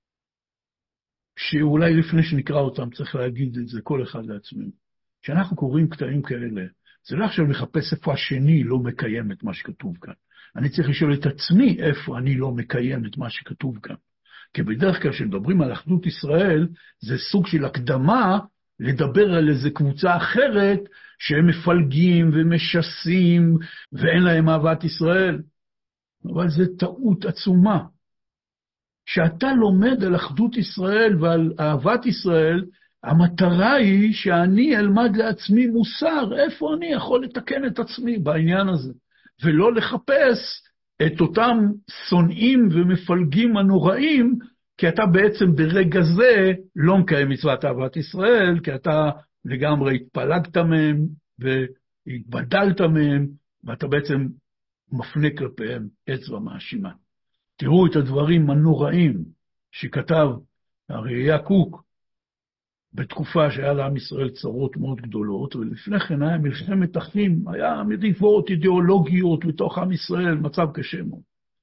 שאולי לפני שנקרא אותם צריך להגיד את זה כל אחד לעצמנו. כשאנחנו קוראים קטעים כאלה, זה לא עכשיו לחפש איפה השני לא מקיים את מה שכתוב כאן. אני צריך לשאול את עצמי איפה אני לא מקיים את מה שכתוב כאן. כי בדרך כלל כשמדברים על אחדות ישראל, זה סוג של הקדמה לדבר על איזו קבוצה אחרת, שהם מפלגים ומשסים, ואין להם אהבת ישראל. אבל זה טעות עצומה. כשאתה לומד על אחדות ישראל ועל אהבת ישראל, המטרה היא שאני אלמד לעצמי מוסר, איפה אני יכול לתקן את עצמי בעניין הזה, ולא לחפש את אותם שונאים ומפלגים הנוראים, כי אתה בעצם ברגע זה לא מקיים מצוות אהבת ישראל, כי אתה לגמרי התפלגת מהם והתבדלת מהם, ואתה בעצם מפנה כלפיהם אצבע מאשימה. תראו את הדברים הנוראים שכתב הראייה קוק, בתקופה שהיה לעם ישראל צרות מאוד גדולות, ולפני כן היה מלחמת אחים, היה מריבות אידיאולוגיות בתוך עם ישראל, מצב קשה מאוד.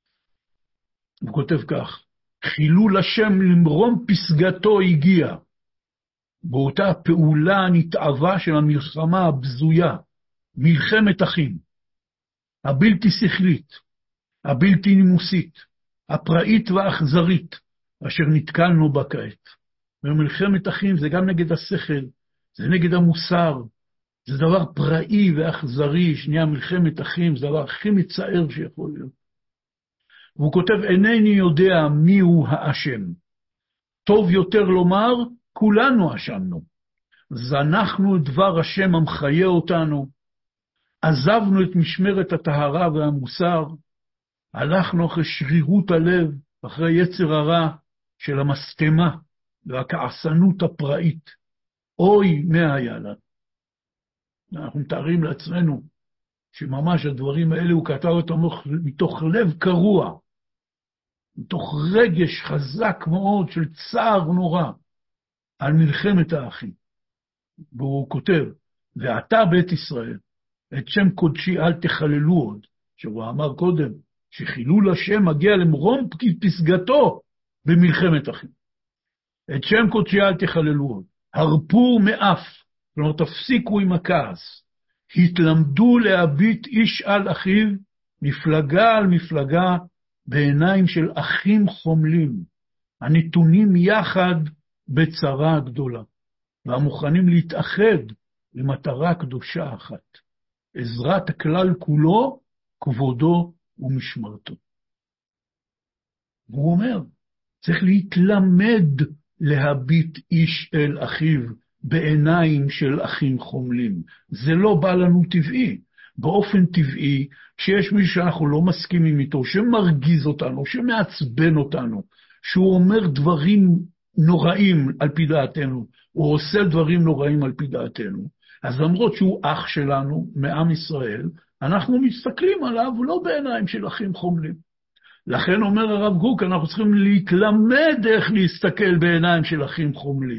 הוא כותב כך, חילול השם למרום פסגתו הגיע, באותה פעולה הנתעבה של המלחמה הבזויה, מלחמת אחים, הבלתי שכלית, הבלתי נימוסית, הפראית והאכזרית, אשר נתקלנו בה כעת. ומלחמת אחים זה גם נגד השכל, זה נגד המוסר, זה דבר פראי ואכזרי, שנייה מלחמת אחים, זה דבר הכי מצער שיכול להיות. והוא כותב, אינני יודע מיהו האשם. טוב יותר לומר, כולנו אשמנו. זנחנו את דבר השם המחיה אותנו, עזבנו את משמרת הטהרה והמוסר, הלכנו אחרי שרירות הלב, אחרי יצר הרע של המסתמה, והכעסנות הפראית. אוי, מה היה לנו. אנחנו מתארים לעצמנו שממש הדברים האלה הוא כתב אותם מתוך לב קרוע, מתוך רגש חזק מאוד של צער נורא על מלחמת האחים. והוא כותב, ואתה בית ישראל, את שם קודשי אל תחללו עוד, שהוא אמר קודם, שחילול השם מגיע למרום פסגתו במלחמת אחים. את שם קודשי אל תחללו עוד, הרפו מאף, כלומר תפסיקו עם הכעס, התלמדו להביט איש על אחיו, מפלגה על מפלגה, בעיניים של אחים חומלים, הנתונים יחד בצרה גדולה, והמוכנים להתאחד למטרה קדושה אחת, עזרת הכלל כולו, כבודו ומשמרתו. והוא אומר, צריך להתלמד להביט איש אל אחיו בעיניים של אחים חומלים. זה לא בא לנו טבעי. באופן טבעי, כשיש מישהו שאנחנו לא מסכימים איתו, שמרגיז אותנו, שמעצבן אותנו, שהוא אומר דברים נוראים על פי דעתנו, הוא עושה דברים נוראים על פי דעתנו, אז למרות שהוא אח שלנו, מעם ישראל, אנחנו מסתכלים עליו לא בעיניים של אחים חומלים. לכן אומר הרב קוק, אנחנו צריכים להתלמד איך להסתכל בעיניים של אחים חומלים.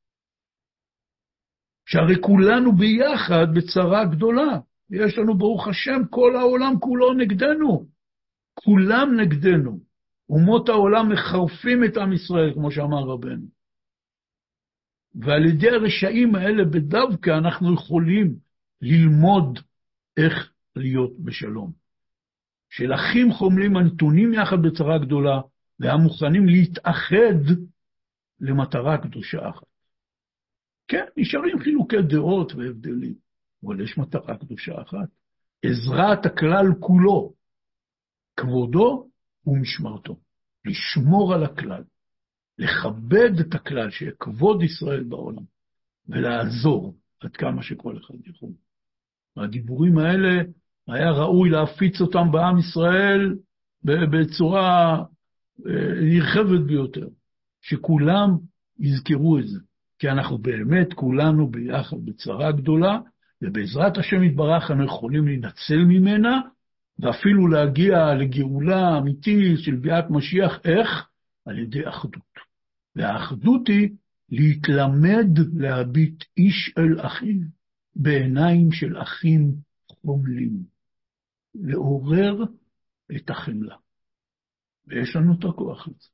שהרי כולנו ביחד בצרה גדולה. יש לנו ברוך השם, כל העולם כולו נגדנו. כולם נגדנו. אומות העולם מחרפים את עם ישראל, כמו שאמר רבנו. ועל ידי הרשעים האלה בדווקא אנחנו יכולים ללמוד איך להיות בשלום. של אחים חומלים הנתונים יחד בצרה גדולה, והמוכנים להתאחד למטרה קדושה אחת. כן, נשארים חילוקי דעות והבדלים, אבל יש מטרה קדושה אחת. עזרת הכלל כולו, כבודו ומשמרתו. לשמור על הכלל, לכבד את הכלל, שיהיה כבוד ישראל בעולם, ולעזור עד כמה שכל אחד יכול. והדיבורים האלה, היה ראוי להפיץ אותם בעם ישראל בצורה נרחבת ביותר, שכולם יזכרו את זה, כי אנחנו באמת כולנו ביחד בצרה גדולה, ובעזרת השם יתברך אנחנו יכולים להינצל ממנה, ואפילו להגיע לגאולה אמיתית של ביאת משיח, איך? על ידי אחדות. והאחדות היא להתלמד להביט איש אל אחיו בעיניים של אחים חומלים. לעורר את החמלה. ויש לנו את הכוח הזה.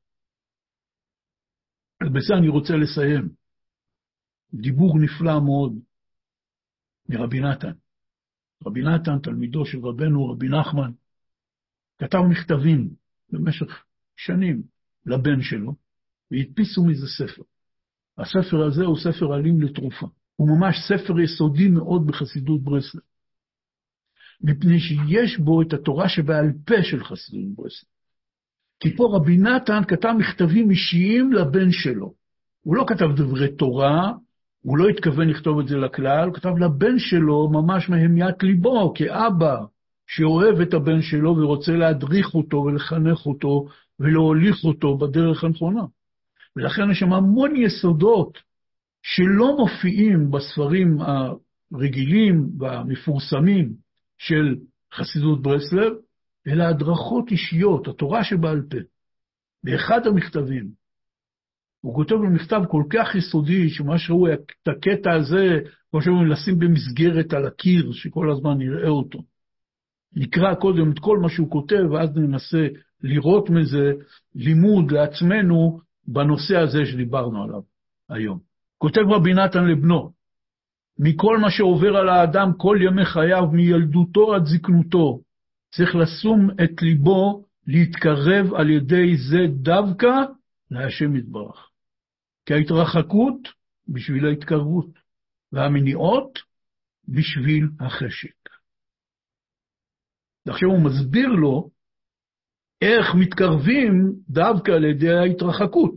אז בזה אני רוצה לסיים. דיבור נפלא מאוד מרבי נתן. רבי נתן, תלמידו של רבנו רבי נחמן, כתב מכתבים במשך שנים לבן שלו, והדפיסו מזה ספר. הספר הזה הוא ספר עלים לתרופה. הוא ממש ספר יסודי מאוד בחסידות ברסלב. מפני שיש בו את התורה שבעל פה של חסידות ברסלב. כי פה רבי נתן כתב מכתבים אישיים לבן שלו. הוא לא כתב דברי תורה, הוא לא התכוון לכתוב את זה לכלל, הוא כתב לבן שלו ממש מהמיית ליבו, כאבא שאוהב את הבן שלו ורוצה להדריך אותו ולחנך אותו ולהוליך אותו בדרך הנכונה. ולכן יש שם המון יסודות שלא מופיעים בספרים הרגילים והמפורסמים של חסידות ברסלב, אלא הדרכות אישיות, התורה שבעל פה. באחד המכתבים, הוא כותב במכתב כל כך יסודי, שמה שהוא את הקטע הזה, כמו שאומרים, לשים במסגרת על הקיר, שכל הזמן נראה אותו. נקרא קודם את כל מה שהוא כותב, ואז ננסה לראות מזה לימוד לעצמנו בנושא הזה שדיברנו עליו היום. כותב רבי נתן לבנו, מכל מה שעובר על האדם כל ימי חייו, מילדותו עד זקנותו, צריך לשום את ליבו להתקרב על ידי זה דווקא להשם יתברך. כי ההתרחקות בשביל ההתקרבות, והמניעות בשביל החשק. עכשיו הוא מסביר לו איך מתקרבים דווקא על ידי ההתרחקות.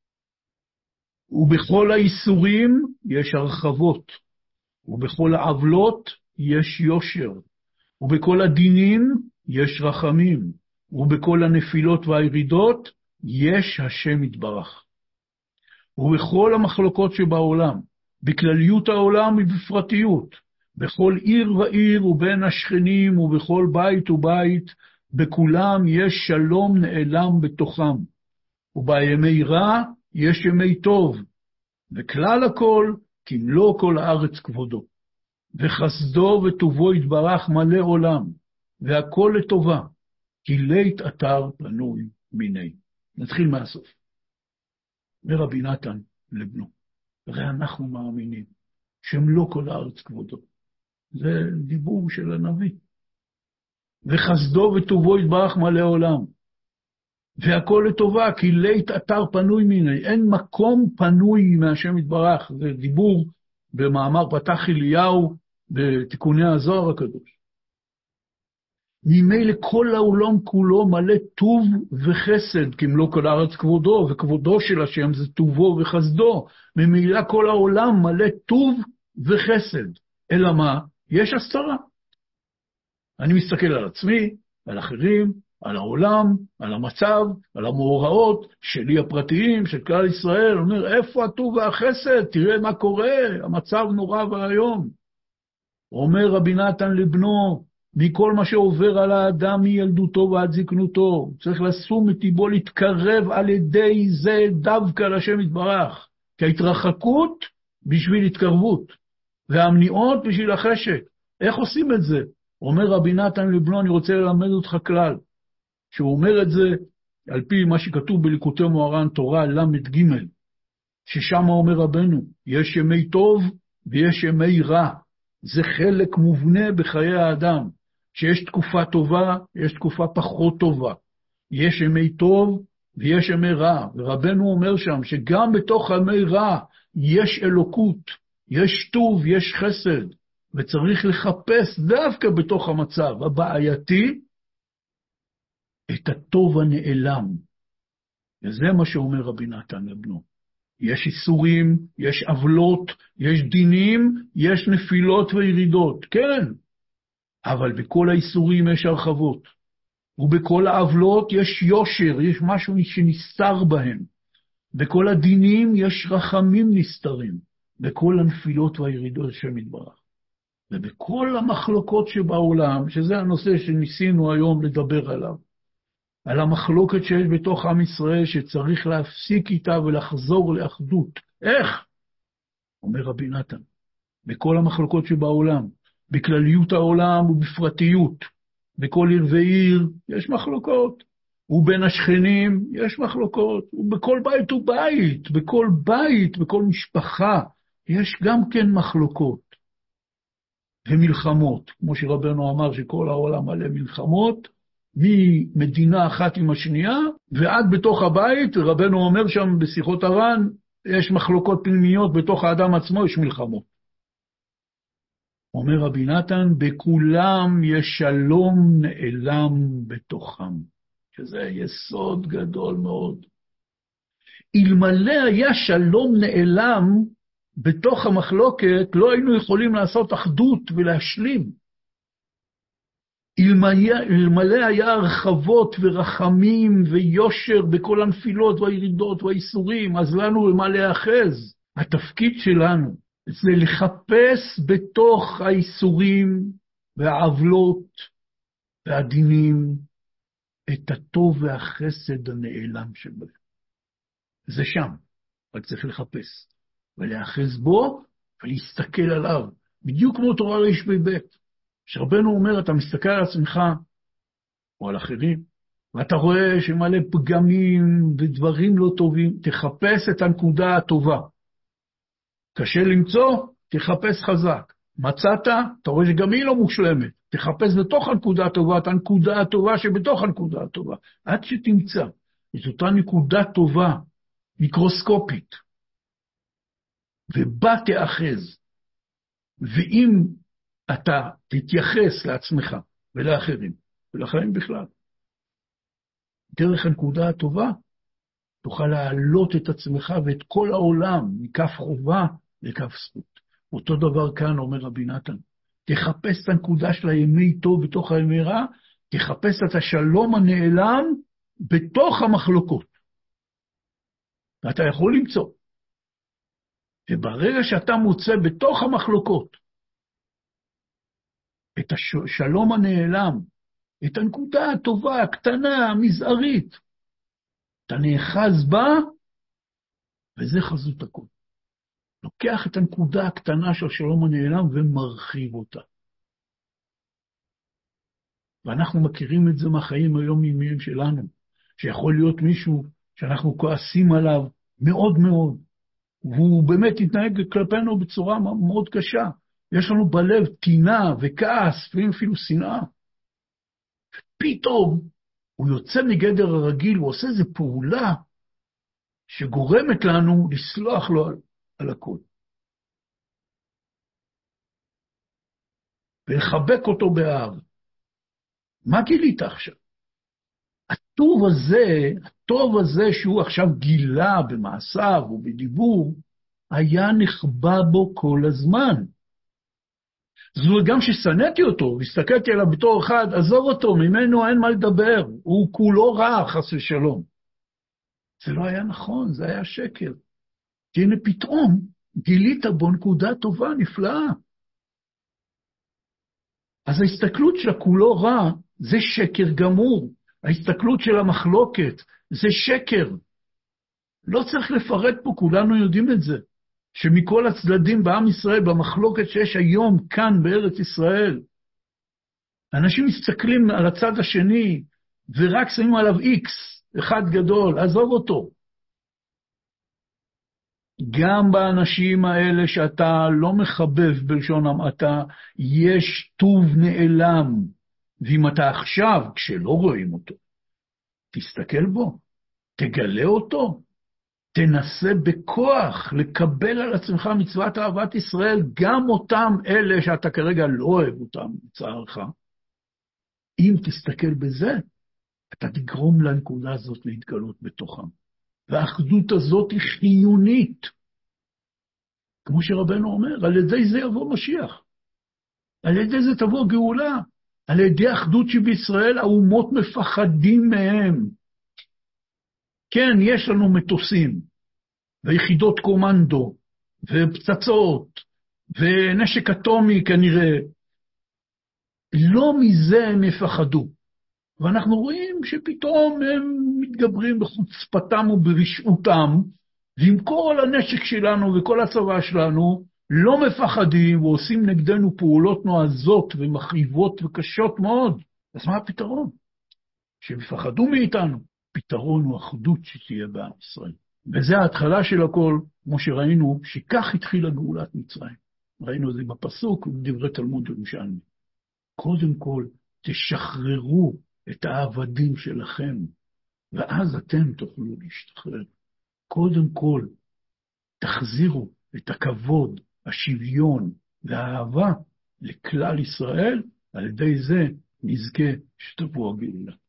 ובכל האיסורים יש הרחבות, ובכל העוולות יש יושר, ובכל הדינים יש רחמים, ובכל הנפילות והירידות יש השם יתברך. ובכל המחלוקות שבעולם, בכלליות העולם ובפרטיות, בכל עיר ועיר ובין השכנים ובכל בית ובית, בכולם יש שלום נעלם בתוכם, ובימי רע יש ימי טוב, וכלל הכל כמלוא כל הארץ כבודו. וחסדו וטובו יתברך מלא עולם, והכל לטובה, כי לית אתר פנוי מיני. נתחיל מהסוף. ורבי נתן לבנו, הרי אנחנו מאמינים שמלוא כל הארץ כבודו. זה דיבור של הנביא. וחסדו וטובו יתברך מלא עולם, והכל לטובה, כי לית אתר פנוי מיני, אין מקום פנוי מהשם יתברך. זה דיבור במאמר פתח אליהו בתיקוני הזוהר הקדוש. ממילא כל העולם כולו מלא טוב וחסד, כי מלוא כל הארץ כבודו, וכבודו של השם זה טובו וחסדו. ממילא כל העולם מלא טוב וחסד. אלא מה? יש הסתרה. אני מסתכל על עצמי, על אחרים, על העולם, על המצב, על המאורעות שלי הפרטיים, של כלל ישראל. אומר, איפה הטוב והחסד? תראה מה קורה, המצב נורא והיום. אומר רבי נתן לבנו, מכל מה שעובר על האדם מילדותו ועד זקנותו, צריך לשום את ליבו להתקרב על ידי זה דווקא לשם יתברך, כי ההתרחקות בשביל התקרבות, והמניעות בשביל החשק. איך עושים את זה? אומר רבי נתן לבנו, אני רוצה ללמד אותך כלל, שהוא אומר את זה על פי מה שכתוב בליקוטי מוהר"ן תורה למד ג', ששם אומר רבנו, יש ימי טוב ויש ימי רע. זה חלק מובנה בחיי האדם, שיש תקופה טובה, יש תקופה פחות טובה. יש ימי טוב ויש ימי רע. ורבנו אומר שם שגם בתוך ימי רע יש אלוקות, יש טוב, יש חסד. וצריך לחפש דווקא בתוך המצב הבעייתי את הטוב הנעלם. וזה מה שאומר רבי נתן לבנו. יש איסורים, יש עוולות, יש דינים, יש נפילות וירידות. כן, אבל בכל האיסורים יש הרחבות. ובכל העוולות יש יושר, יש משהו שנסתר בהם. בכל הדינים יש רחמים נסתרים. בכל הנפילות והירידות שמתברך. ובכל המחלוקות שבעולם, שזה הנושא שניסינו היום לדבר עליו, על המחלוקת שיש בתוך עם ישראל, שצריך להפסיק איתה ולחזור לאחדות. איך? אומר רבי נתן, בכל המחלוקות שבעולם, בכלליות העולם ובפרטיות, בכל עיר ועיר יש מחלוקות, ובין השכנים יש מחלוקות, ובכל בית ובית, בכל בית, בכל משפחה, יש גם כן מחלוקות ומלחמות. כמו שרבנו אמר שכל העולם מלא מלחמות, ממדינה אחת עם השנייה, ועד בתוך הבית, רבנו אומר שם בשיחות הר"ן, יש מחלוקות פנימיות בתוך האדם עצמו, יש מלחמות. אומר רבי נתן, בכולם יש שלום נעלם בתוכם, שזה יסוד גדול מאוד. אלמלא היה שלום נעלם בתוך המחלוקת, לא היינו יכולים לעשות אחדות ולהשלים. אלמלא היה הרחבות ורחמים ויושר בכל הנפילות והירידות והאיסורים, אז לנו למה להאחז? התפקיד שלנו זה לחפש בתוך האיסורים והעוולות והדינים את הטוב והחסד הנעלם שבהם. זה שם, רק צריך לחפש ולהאחז בו ולהסתכל עליו, בדיוק כמו תורה רב"ב. שרבנו אומר, אתה מסתכל על עצמך או על אחרים, ואתה רואה שמלא פגמים ודברים לא טובים, תחפש את הנקודה הטובה. קשה למצוא, תחפש חזק. מצאת, אתה רואה שגם היא לא מושלמת. תחפש בתוך הנקודה הטובה, את הנקודה הטובה שבתוך הנקודה הטובה. עד שתמצא את אותה נקודה טובה, מיקרוסקופית, ובה תאחז. ואם אתה תתייחס לעצמך ולאחרים, ולחיים בכלל, דרך הנקודה הטובה, תוכל להעלות את עצמך ואת כל העולם, מכף חובה לכף זכות. אותו דבר כאן אומר רבי נתן, תחפש את הנקודה של הימי טוב בתוך הימי רע, תחפש את השלום הנעלם בתוך המחלוקות. ואתה יכול למצוא. וברגע שאתה מוצא בתוך המחלוקות, את השלום הנעלם, את הנקודה הטובה, הקטנה, המזערית, אתה נאחז בה, וזה חזות הכל. לוקח את הנקודה הקטנה של השלום הנעלם ומרחיב אותה. ואנחנו מכירים את זה מהחיים היומיומיים שלנו, שיכול להיות מישהו שאנחנו כועסים עליו מאוד מאוד, והוא באמת יתנהג כלפינו בצורה מאוד קשה. יש לנו בלב טינה וכעס, ואפילו שנאה. פתאום הוא יוצא מגדר הרגיל, הוא עושה איזו פעולה שגורמת לנו לסלוח לו על הכל. ולחבק אותו באהבה. מה גילית עכשיו? הטוב הזה שהוא עכשיו גילה במעשיו ובדיבור, היה נחבא בו כל הזמן. זו גם ששנאתי אותו, והסתכלתי עליו בתור אחד, עזוב אותו, ממנו אין מה לדבר, הוא כולו רע, חס ושלום. זה לא היה נכון, זה היה שקר. כי הנה פתאום גילית בו נקודה טובה, נפלאה. אז ההסתכלות של כולו רע, זה שקר גמור. ההסתכלות של המחלוקת, זה שקר. לא צריך לפרט פה, כולנו יודעים את זה. שמכל הצדדים בעם ישראל, במחלוקת שיש היום כאן בארץ ישראל, אנשים מסתכלים על הצד השני, ורק שמים עליו איקס, אחד גדול, עזוב אותו. גם באנשים האלה שאתה לא מחבב בלשון המעטה, יש טוב נעלם. ואם אתה עכשיו, כשלא רואים אותו, תסתכל בו, תגלה אותו, תנסה בכוח לקבל על עצמך מצוות אהבת ישראל, גם אותם אלה שאתה כרגע לא אוהב אותם, בצערך. אם תסתכל בזה, אתה תגרום לנקודה הזאת להתגלות בתוכם. והאחדות הזאת היא חיונית. כמו שרבנו אומר, על ידי זה יבוא משיח. על ידי זה תבוא גאולה. על ידי אחדות שבישראל האומות מפחדים מהם. כן, יש לנו מטוסים, ויחידות קומנדו, ופצצות, ונשק אטומי כנראה. לא מזה הם יפחדו. ואנחנו רואים שפתאום הם מתגברים בחוצפתם וברשעותם, ועם כל הנשק שלנו וכל הצבא שלנו, לא מפחדים ועושים נגדנו פעולות נועזות ומחריבות וקשות מאוד. אז מה הפתרון? שהם יפחדו מאיתנו. פתרון הוא אחדות שתהיה בעם ישראל. וזה ההתחלה של הכל, כמו שראינו, שכך התחילה גאולת מצרים. ראינו את זה בפסוק ובדברי תלמוד ירושלמי. קודם כל, תשחררו את העבדים שלכם, ואז אתם תוכלו להשתחרר. קודם כל, תחזירו את הכבוד, השוויון והאהבה לכלל ישראל, על ידי זה נזכה שתבוא הגאולה.